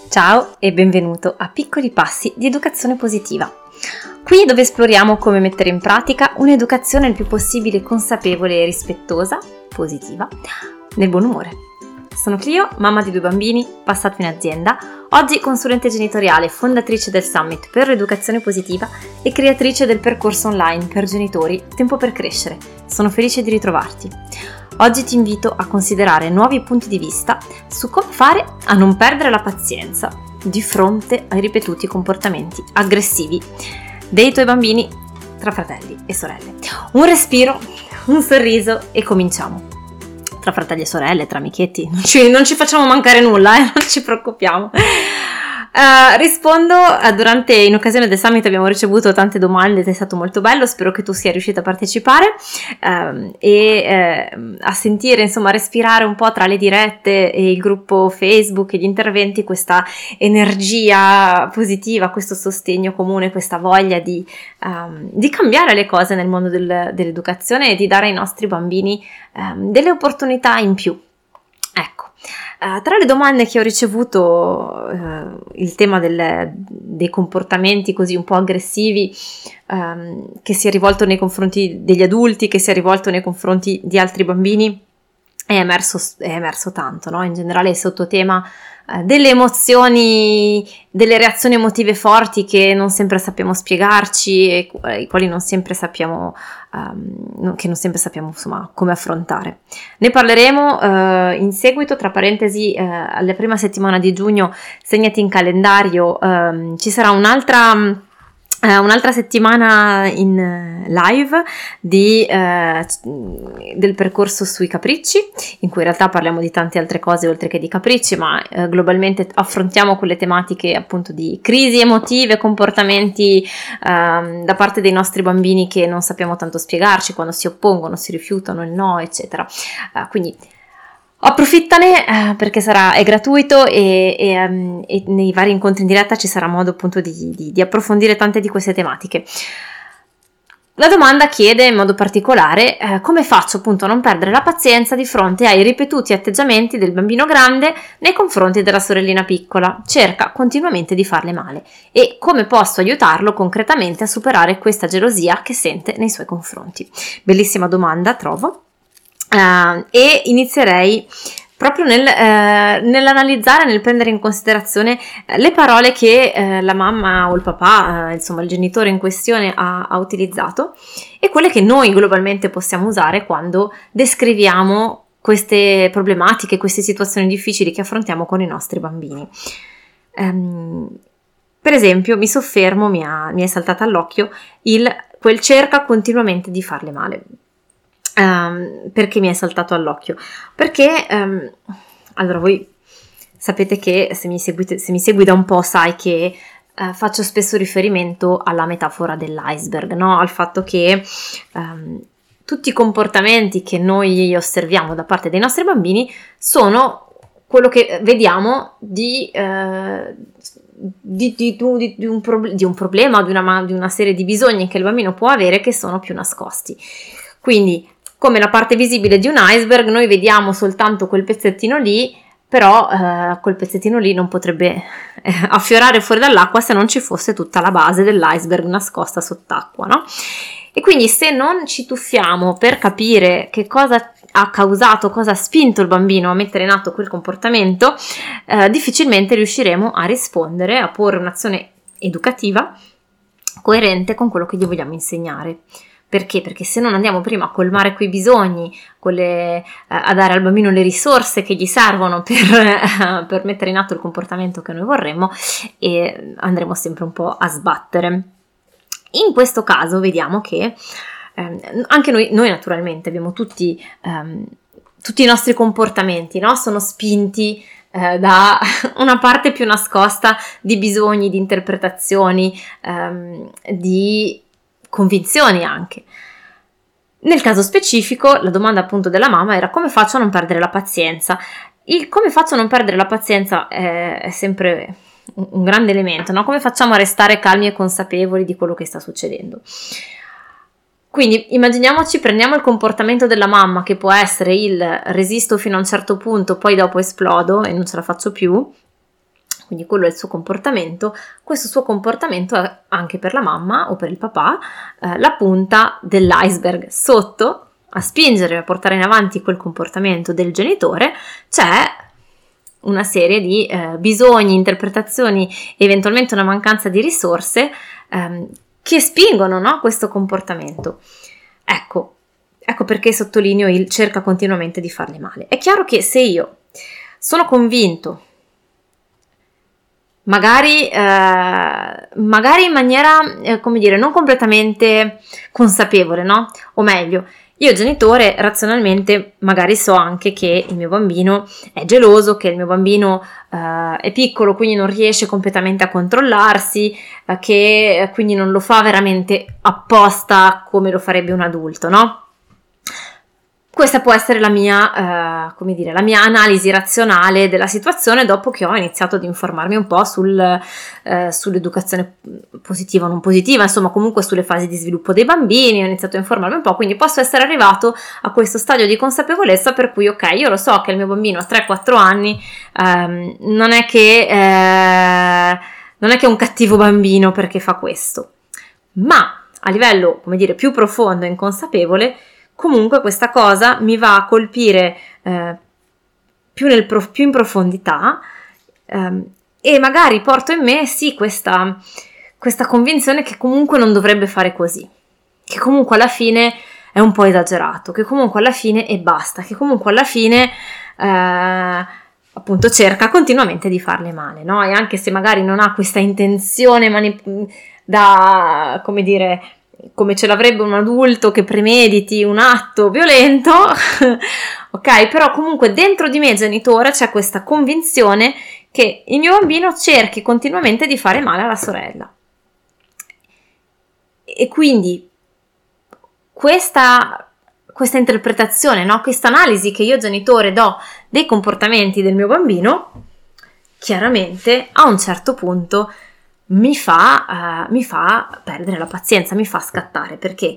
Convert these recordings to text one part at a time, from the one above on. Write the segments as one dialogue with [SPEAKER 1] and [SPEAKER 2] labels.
[SPEAKER 1] Ciao e benvenuto a Piccoli Passi di Educazione Positiva. Qui dove esploriamo come mettere in pratica un'educazione il più possibile consapevole e rispettosa, positiva, nel buon umore. Sono Clio, mamma di 2 bambini, passato in azienda, oggi consulente genitoriale, fondatrice del Summit per l'Educazione Positiva e creatrice del percorso online per genitori Tempo per Crescere. Sono felice di ritrovarti. Oggi ti invito a considerare nuovi punti di vista su come fare a non perdere la pazienza di fronte ai ripetuti comportamenti aggressivi dei tuoi bambini tra fratelli e sorelle. Un respiro, un sorriso e cominciamo. Tra fratelli e sorelle, tra amichetti, non ci facciamo mancare nulla, non ci preoccupiamo. Rispondo in occasione del summit abbiamo ricevuto tante domande ed è stato molto bello, spero che tu sia riuscita a partecipare a sentire, insomma, respirare un po' tra le dirette e il gruppo Facebook e gli interventi questa energia positiva, questo sostegno comune, questa voglia di cambiare le cose nel mondo dell'educazione e di dare ai nostri bambini delle opportunità in più. Ecco. Tra le domande che ho ricevuto, il tema dei comportamenti così un po' aggressivi, che si è rivolto nei confronti degli adulti, che si è rivolto nei confronti di altri bambini, è emerso tanto, no? In generale il sottotema delle emozioni, delle reazioni emotive forti che non sempre sappiamo spiegarci e i quali non sempre sappiamo insomma come affrontare. Ne parleremo in seguito. Tra parentesi, alla prima settimana di giugno segnati in calendario, ci sarà un'altra settimana in live del percorso sui capricci, in cui in realtà parliamo di tante altre cose oltre che di capricci, ma globalmente affrontiamo quelle tematiche appunto di crisi emotive, comportamenti da parte dei nostri bambini che non sappiamo tanto spiegarci, quando si oppongono, si rifiutano il no, eccetera. Quindi approfittane perché è gratuito e nei vari incontri in diretta ci sarà modo appunto di approfondire tante di queste tematiche. La domanda chiede in modo particolare come faccio appunto a non perdere la pazienza di fronte ai ripetuti atteggiamenti del bambino grande nei confronti della sorellina piccola. Cerca continuamente di farle male e come posso aiutarlo concretamente a superare questa gelosia che sente nei suoi confronti. Bellissima domanda, trovo. E inizierei proprio nell'analizzare, nel prendere in considerazione le parole che la mamma o il papà, insomma il genitore in questione ha utilizzato e quelle che noi globalmente possiamo usare quando descriviamo queste problematiche, queste situazioni difficili che affrontiamo con i nostri bambini. Per esempio, mi è saltata all'occhio quel cerca continuamente di farle male. Perché mi è saltato all'occhio? Perché allora voi sapete che se mi segui da un po' sai che faccio spesso riferimento alla metafora dell'iceberg, no? Al fatto che tutti i comportamenti che noi osserviamo da parte dei nostri bambini sono quello che vediamo di un problema o di una serie di bisogni che il bambino può avere che sono più nascosti. Quindi, come la parte visibile di un iceberg, noi vediamo soltanto quel pezzettino lì, però quel pezzettino lì non potrebbe affiorare fuori dall'acqua se non ci fosse tutta la base dell'iceberg nascosta sott'acqua, no? E quindi se non ci tuffiamo per capire che cosa ha causato, cosa ha spinto il bambino a mettere in atto quel comportamento, difficilmente riusciremo a rispondere, a porre un'azione educativa coerente con quello che gli vogliamo insegnare. Perché? Perché se non andiamo prima a colmare quei bisogni, a dare al bambino le risorse che gli servono per mettere in atto il comportamento che noi vorremmo, e andremo sempre un po' a sbattere. In questo caso vediamo che anche noi naturalmente abbiamo tutti i nostri comportamenti, no? Sono spinti da una parte più nascosta di bisogni, di interpretazioni, di convinzioni anche. Nel caso specifico, la domanda appunto della mamma era: come faccio a non perdere la pazienza? Il come faccio a non perdere la pazienza è sempre un grande elemento, no? Come facciamo a restare calmi e consapevoli di quello che sta succedendo? Quindi immaginiamoci, prendiamo il comportamento della mamma, che può essere il resisto fino a un certo punto, poi dopo esplodo e non ce la faccio più, quindi quello è il suo comportamento, questo suo comportamento è anche per la mamma o per il papà la punta dell'iceberg. Sotto, a spingere, a portare in avanti quel comportamento del genitore, c'è una serie di bisogni, interpretazioni, eventualmente una mancanza di risorse che spingono, no, questo comportamento. Ecco perché sottolineo il cerca continuamente di farle male. È chiaro che se io sono convinto, magari in maniera, non completamente consapevole, no? O meglio, io genitore razionalmente magari so anche che il mio bambino è geloso, che il mio bambino è piccolo, quindi non riesce completamente a controllarsi, che quindi non lo fa veramente apposta come lo farebbe un adulto, no? Questa può essere la mia analisi razionale della situazione dopo che ho iniziato ad informarmi un po' sull'educazione positiva o non positiva, insomma comunque sulle fasi di sviluppo dei bambini, ho iniziato a informarmi un po', quindi posso essere arrivato a questo stadio di consapevolezza per cui ok, io lo so che il mio bambino a 3-4 anni non è che è un cattivo bambino perché fa questo, ma a livello, più profondo e inconsapevole, comunque questa cosa mi va a colpire più in profondità e magari porto in me questa convinzione che comunque non dovrebbe fare così, che comunque alla fine è un po' esagerato, che comunque alla fine e basta, che comunque alla fine appunto cerca continuamente di farle male, no? E anche se magari non ha questa intenzione come ce l'avrebbe un adulto che premediti un atto violento, ok? Però comunque dentro di me, genitore, c'è questa convinzione che il mio bambino cerchi continuamente di fare male alla sorella. E quindi questa interpretazione, no? Questa analisi che io genitore do dei comportamenti del mio bambino, chiaramente a un certo punto mi fa perdere la pazienza, mi fa scattare. Perché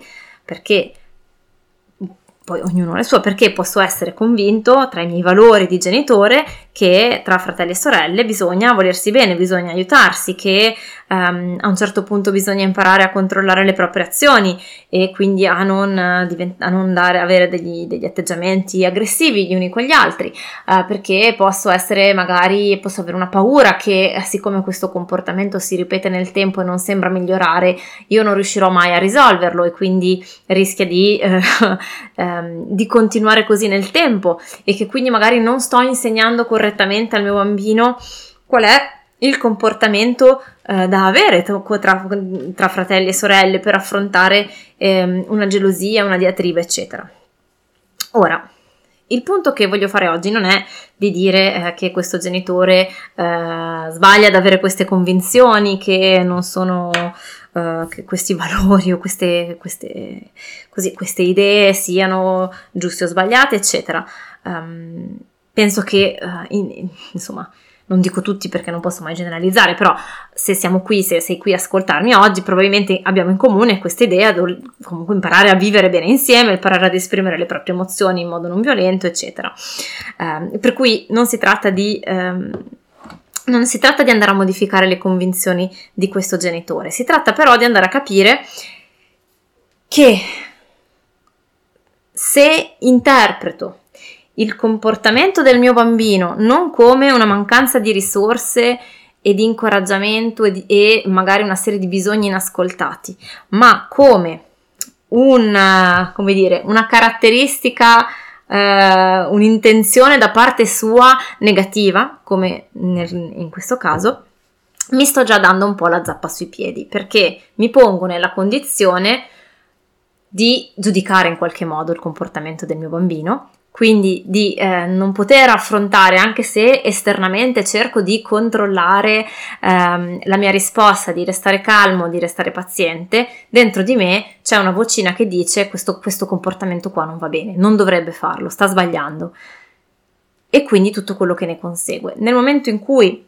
[SPEAKER 1] poi ognuno ha le sue, perché posso essere convinto tra i miei valori di genitore che tra fratelli e sorelle bisogna volersi bene, bisogna aiutarsi, che a un certo punto bisogna imparare a controllare le proprie azioni e quindi a non avere degli atteggiamenti aggressivi gli uni con gli altri, perché posso avere una paura che siccome questo comportamento si ripete nel tempo e non sembra migliorare, io non riuscirò mai a risolverlo e quindi rischia di continuare così nel tempo e che quindi magari non sto insegnando correttamente al mio bambino qual è il comportamento da avere tra fratelli e sorelle per affrontare una gelosia, una diatriba, eccetera. Ora, il punto che voglio fare oggi non è di dire che questo genitore sbaglia ad avere queste convinzioni, che non sono che questi valori o queste idee siano giuste o sbagliate, eccetera. Penso che insomma, non dico tutti perché non posso mai generalizzare, però se siamo qui, se sei qui a ascoltarmi oggi, probabilmente abbiamo in comune questa idea di comunque imparare a vivere bene insieme, imparare ad esprimere le proprie emozioni in modo non violento, eccetera. Per cui non si tratta di andare a modificare le convinzioni di questo genitore, si tratta però di andare a capire che se interpreto il comportamento del mio bambino non come una mancanza di risorse e di incoraggiamento e magari una serie di bisogni inascoltati, ma come una caratteristica, un'intenzione da parte sua negativa, come in questo caso, mi sto già dando un po' la zappa sui piedi, perché mi pongo nella condizione di giudicare in qualche modo il comportamento del mio bambino, quindi di non poter affrontare, anche se esternamente cerco di controllare la mia risposta, di restare calmo, di restare paziente. Dentro di me c'è una vocina che dice questo comportamento qua non va bene, non dovrebbe farlo, sta sbagliando, e quindi tutto quello che ne consegue. Nel momento in cui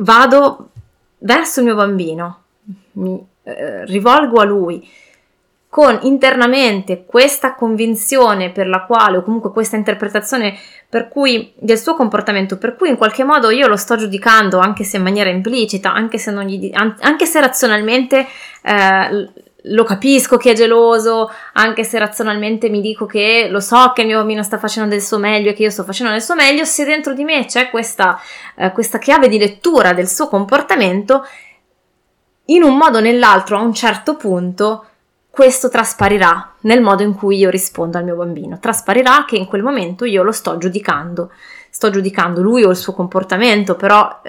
[SPEAKER 1] vado verso il mio bambino, mi rivolgo a lui con internamente questa convinzione per la quale, o comunque questa interpretazione per cui del suo comportamento, per cui in qualche modo io lo sto giudicando, anche se in maniera implicita, anche se razionalmente lo capisco che è geloso, anche se razionalmente mi dico che lo so che il mio bambino sta facendo del suo meglio e che io sto facendo del suo meglio, se dentro di me c'è questa chiave di lettura del suo comportamento, in un modo o nell'altro, a un certo punto, questo trasparirà nel modo in cui io rispondo al mio bambino. Trasparirà che in quel momento io lo sto giudicando lui o il suo comportamento, però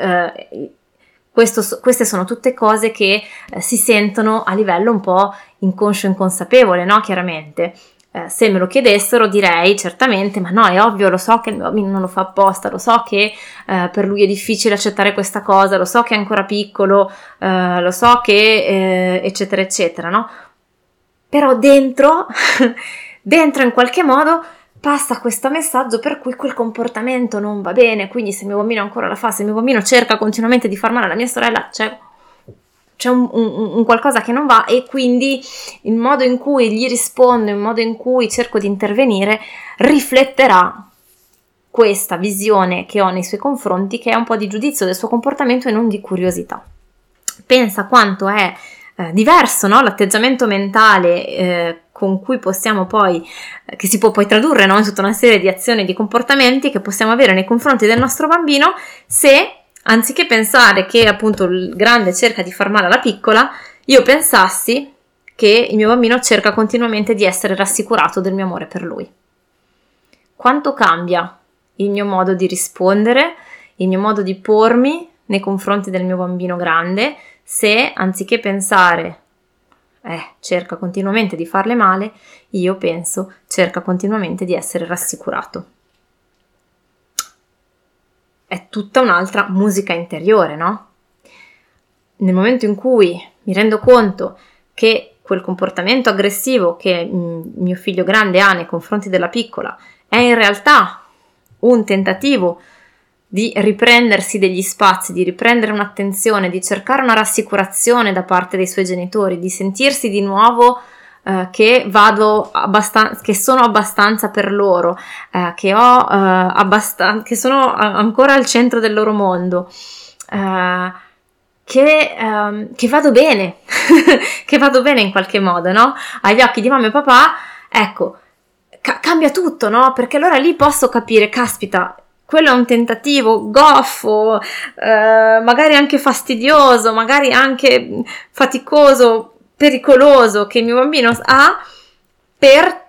[SPEAKER 1] queste sono tutte cose che si sentono a livello un po' inconscio inconsapevole, no? Chiaramente. Se me lo chiedessero direi certamente, ma no, è ovvio, lo so che il mio bambino non lo fa apposta, lo so che per lui è difficile accettare questa cosa, lo so che è ancora piccolo, lo so che eccetera eccetera, no? Però dentro in qualche modo passa questo messaggio per cui quel comportamento non va bene, quindi se il mio bambino ancora la fa, se il mio bambino cerca continuamente di far male alla mia sorella, c'è un qualcosa che non va, e quindi il modo in cui gli rispondo, il modo in cui cerco di intervenire rifletterà questa visione che ho nei suoi confronti, che è un po' di giudizio del suo comportamento e non di curiosità. Pensa quanto è diverso, no? L'atteggiamento mentale con cui possiamo poi, che si può poi tradurre, no? In tutta una serie di azioni e di comportamenti che possiamo avere nei confronti del nostro bambino, se anziché pensare che appunto il grande cerca di far male alla piccola, io pensassi che il mio bambino cerca continuamente di essere rassicurato del mio amore per lui. Quanto cambia il mio modo di rispondere, il mio modo di pormi nei confronti del mio bambino grande, se anziché pensare cerca continuamente di farle male, io penso cerca continuamente di essere rassicurato. È tutta un'altra musica interiore, no? Nel momento in cui mi rendo conto che quel comportamento aggressivo che mio figlio grande ha nei confronti della piccola è in realtà un tentativo di riprendersi degli spazi, di riprendere un'attenzione, di cercare una rassicurazione da parte dei suoi genitori, di sentirsi di nuovo che sono abbastanza per loro, che sono ancora al centro del loro mondo, che vado bene, che vado bene in qualche modo, no? Agli occhi di mamma e papà, ecco, cambia tutto, no? Perché allora lì posso capire, caspita, quello è un tentativo goffo, magari anche fastidioso, magari anche faticoso, pericoloso, che il mio bambino ha per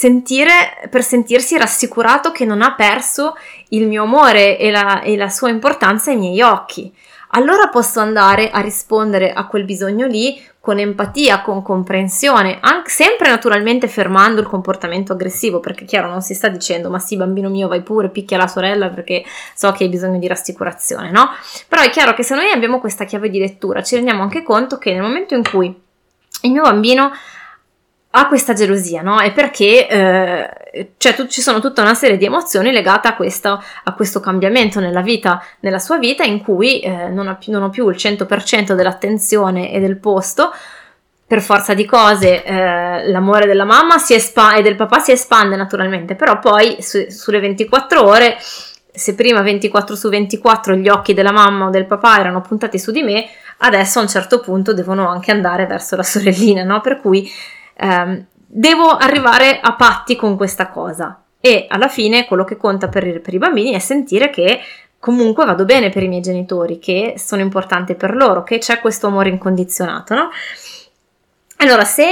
[SPEAKER 1] sentirsi rassicurato che non ha perso il mio amore e la sua importanza ai miei occhi. Allora posso andare a rispondere a quel bisogno lì con empatia, con comprensione, anche sempre naturalmente fermando il comportamento aggressivo, perché chiaro non si sta dicendo ma sì bambino mio vai pure, picchia la sorella perché so che hai bisogno di rassicurazione, no? Però è chiaro che se noi abbiamo questa chiave di lettura ci rendiamo anche conto che nel momento in cui il mio bambino ha questa gelosia, no? È perché ci sono tutta una serie di emozioni legate a questo cambiamento nella sua vita, in cui non ho più il 100% dell'attenzione e del posto. Per forza di cose l'amore della mamma e del papà si espande naturalmente, però poi sulle 24 ore, se prima 24 su 24 gli occhi della mamma o del papà erano puntati su di me, adesso a un certo punto devono anche andare verso la sorellina, no? Per cui devo arrivare a patti con questa cosa, e alla fine quello che conta per i bambini è sentire che comunque vado bene per i miei genitori, che sono importante per loro, che c'è questo amore incondizionato, no? Allora, se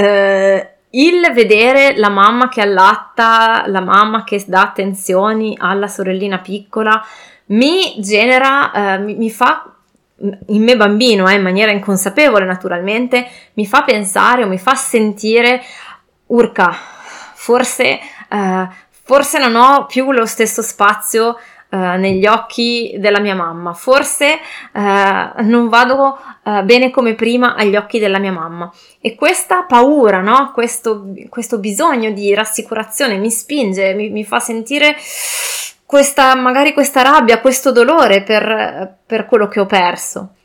[SPEAKER 1] il vedere la mamma che allatta, la mamma che dà attenzioni alla sorellina piccola mi genera, mi fa in me bambino, in maniera inconsapevole naturalmente, mi fa pensare o mi fa sentire urca, forse non ho più lo stesso spazio negli occhi della mia mamma, forse non vado bene come prima agli occhi della mia mamma, e questa paura, no? Questo bisogno di rassicurazione mi spinge, mi fa sentire magari questa rabbia, questo dolore per quello che ho perso.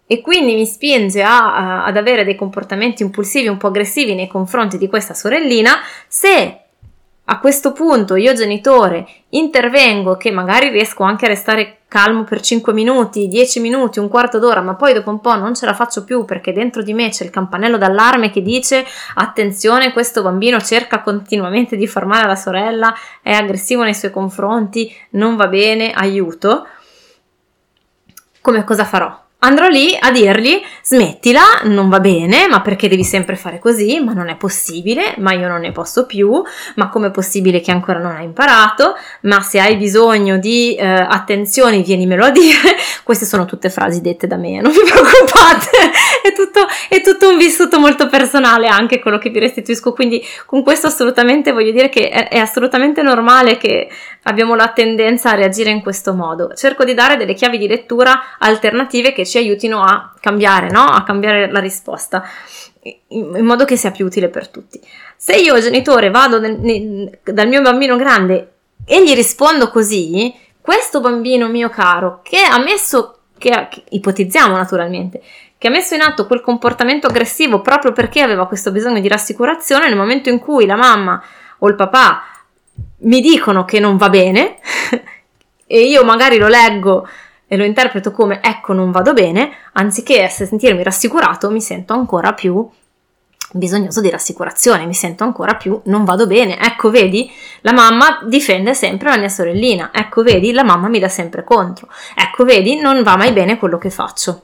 [SPEAKER 1] e quindi mi spinge ad avere dei comportamenti impulsivi un po' aggressivi nei confronti di questa sorellina, se a questo punto io genitore intervengo, che magari riesco anche a restare calmo per 5 minuti, 10 minuti, un quarto d'ora, ma poi dopo un po' non ce la faccio più perché dentro di me c'è il campanello d'allarme che dice attenzione, questo bambino cerca continuamente di far male alla sorella, è aggressivo nei suoi confronti, non va bene, aiuto. Come cosa farò? Andrò lì a dirgli smettila, non va bene, ma perché devi sempre fare così? Ma non è possibile, ma io non ne posso più, ma com'è possibile che ancora non hai imparato? Ma se hai bisogno di attenzioni vienimelo a dire. Queste sono tutte frasi dette da me, non vi preoccupate, è tutto un vissuto molto personale anche quello che vi restituisco, quindi con questo assolutamente voglio dire che è assolutamente normale che abbiamo la tendenza a reagire in questo modo. Cerco di dare delle chiavi di lettura alternative che ci aiutino a cambiare, no? A cambiare la risposta in modo che sia più utile per tutti. Se io genitore vado dal mio bambino grande e gli rispondo così, questo bambino mio caro che ipotizziamo naturalmente, che ha messo in atto quel comportamento aggressivo proprio perché aveva questo bisogno di rassicurazione, nel momento in cui la mamma o il papà mi dicono che non va bene e io magari lo leggo e lo interpreto come ecco non vado bene, anziché sentirmi rassicurato mi sento ancora più bisognoso di rassicurazione, mi sento ancora più non vado bene, ecco vedi la mamma difende sempre la mia sorellina, ecco vedi la mamma mi dà sempre contro, ecco vedi non va mai bene quello che faccio.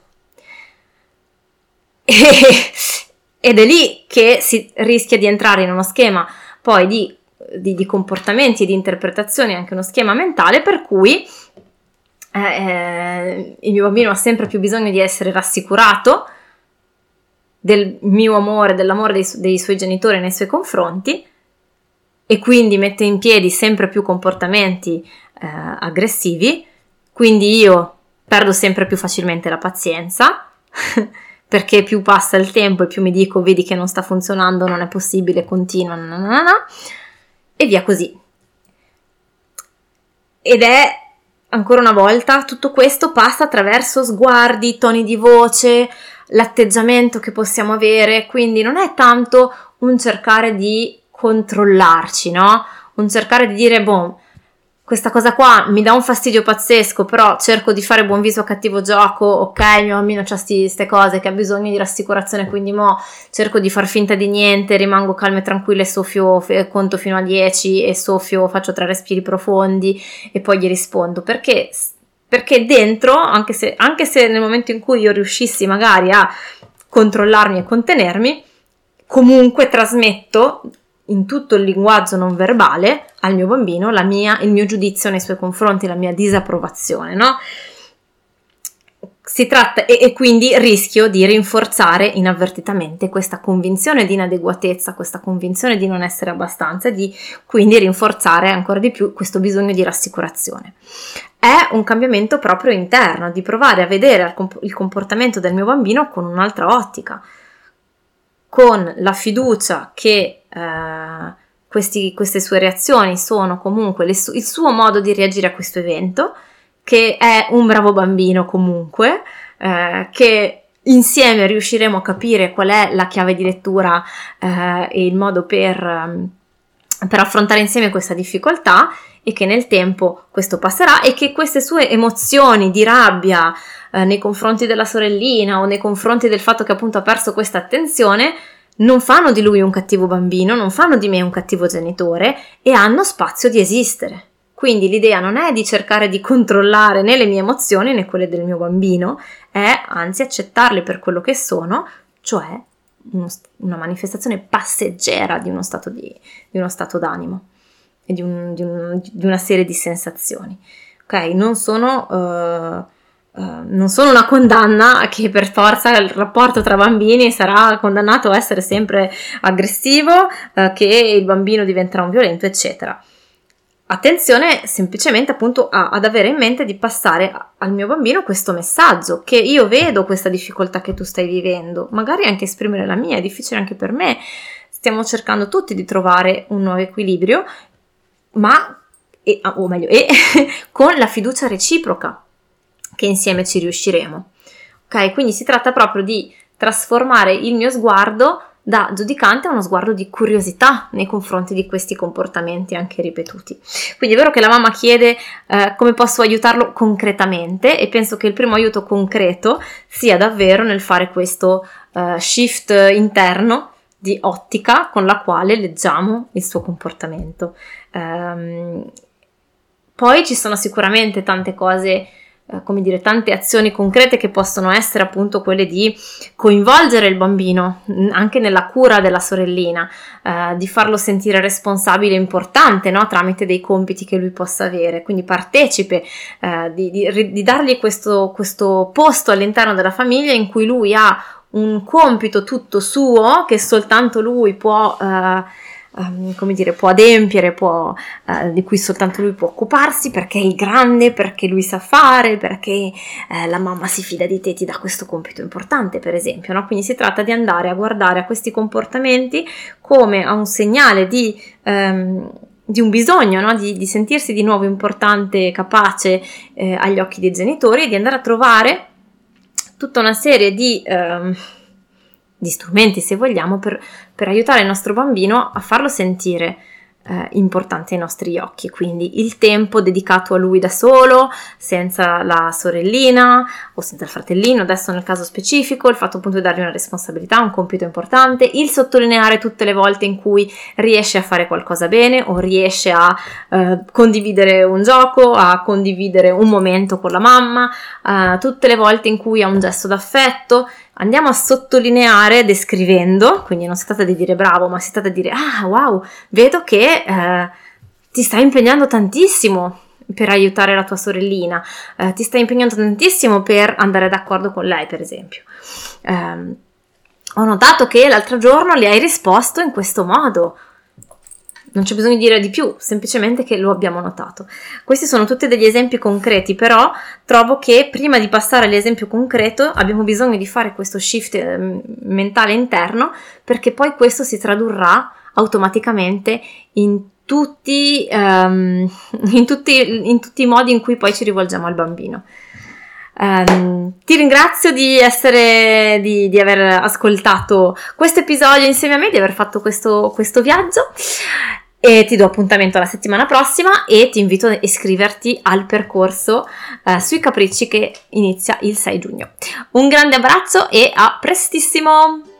[SPEAKER 1] Ed è lì che si rischia di entrare in uno schema poi di comportamenti e di interpretazioni, anche uno schema mentale per cui il mio bambino ha sempre più bisogno di essere rassicurato del mio amore, dell'amore dei suoi genitori nei suoi confronti, e quindi mette in piedi sempre più comportamenti aggressivi, quindi io perdo sempre più facilmente la pazienza perché più passa il tempo e più mi dico vedi che non sta funzionando, non è possibile, continua, e via così. Ed è ancora una volta tutto questo passa attraverso sguardi, toni di voce, l'atteggiamento che possiamo avere, quindi non è tanto un cercare di controllarci, no? Un cercare di dire boh, questa cosa qua mi dà un fastidio pazzesco, però cerco di fare buon viso a cattivo gioco, ok, mio bambino c'ha queste cose che ha bisogno di rassicurazione, quindi mo cerco di far finta di niente, rimango calma e tranquilla e soffio, conto fino a 10 e soffio, faccio 3 respiri profondi e poi gli rispondo, perché dentro, anche se nel momento in cui io riuscissi magari a controllarmi e contenermi, comunque trasmetto in tutto il linguaggio non verbale al mio bambino il mio giudizio nei suoi confronti, la mia disapprovazione, no? Si tratta, e quindi rischio di rinforzare inavvertitamente questa convinzione di inadeguatezza, questa convinzione di non essere abbastanza, di quindi rinforzare ancora di più questo bisogno di rassicurazione. È un cambiamento proprio interno, di provare a vedere il comportamento del mio bambino con un'altra ottica, con la fiducia che queste sue reazioni sono comunque il suo modo di reagire a questo evento, che è un bravo bambino comunque, che insieme riusciremo a capire qual è la chiave di lettura e il modo per affrontare insieme questa difficoltà, e che nel tempo questo passerà e che queste sue emozioni di rabbia nei confronti della sorellina o nei confronti del fatto che appunto ha perso questa attenzione non fanno di lui un cattivo bambino, non fanno di me un cattivo genitore e hanno spazio di esistere. Quindi l'idea non è di cercare di controllare né le mie emozioni né quelle del mio bambino, è anzi accettarle per quello che sono, cioè una manifestazione passeggera di uno stato d'animo e di una serie di sensazioni. Ok, non sono una condanna che per forza il rapporto tra bambini sarà condannato a essere sempre aggressivo, che il bambino diventerà un violento, eccetera. Attenzione semplicemente appunto ad avere in mente di passare al mio bambino questo messaggio, che io vedo questa difficoltà che tu stai vivendo, magari anche esprimere la mia, è difficile anche per me, stiamo cercando tutti di trovare un nuovo equilibrio, con la fiducia reciproca che insieme ci riusciremo. ok? Quindi si tratta proprio di trasformare il mio sguardo da giudicante a uno sguardo di curiosità nei confronti di questi comportamenti anche ripetuti. Quindi è vero che la mamma chiede come posso aiutarlo concretamente, e penso che il primo aiuto concreto sia davvero nel fare questo shift interno di ottica con la quale leggiamo il suo comportamento. Poi ci sono sicuramente tante cose, tante azioni concrete che possono essere appunto quelle di coinvolgere il bambino anche nella cura della sorellina, di farlo sentire responsabile e importante, no? Tramite dei compiti che lui possa avere, quindi partecipe, di dargli questo posto all'interno della famiglia in cui lui ha un compito tutto suo che soltanto lui può può adempiere, di cui soltanto lui può occuparsi, perché è il grande, perché lui sa fare, perché la mamma si fida di te, ti dà questo compito importante, per esempio, no? Quindi si tratta di andare a guardare a questi comportamenti come a un segnale di un bisogno, no? di sentirsi di nuovo importante, capace agli occhi dei genitori, e di andare a trovare tutta una serie di strumenti, se vogliamo, per aiutare il nostro bambino a farlo sentire importante ai nostri occhi. Quindi il tempo dedicato a lui da solo, senza la sorellina o senza il fratellino, adesso nel caso specifico, il fatto appunto di dargli una responsabilità, un compito importante, il sottolineare tutte le volte in cui riesce a fare qualcosa bene o riesce a condividere un gioco, a condividere un momento con la mamma, tutte le volte in cui ha un gesto d'affetto. Andiamo a sottolineare descrivendo, quindi non si tratta di dire bravo, ma si tratta di dire wow, vedo che ti stai impegnando tantissimo per aiutare la tua sorellina, ti stai impegnando tantissimo per andare d'accordo con lei, per esempio. Ho notato che l'altro giorno le hai risposto in questo modo. Non c'è bisogno di dire di più, semplicemente che lo abbiamo notato. Questi sono tutti degli esempi concreti, però trovo che prima di passare all'esempio concreto abbiamo bisogno di fare questo shift mentale interno, perché poi questo si tradurrà automaticamente in tutti i modi in cui poi ci rivolgiamo al bambino. Ti ringrazio di aver ascoltato questo episodio insieme a me, di aver fatto questo viaggio, e ti do appuntamento la settimana prossima e ti invito a iscriverti al percorso sui capricci che inizia il 6 giugno. Un grande abbraccio e a prestissimo!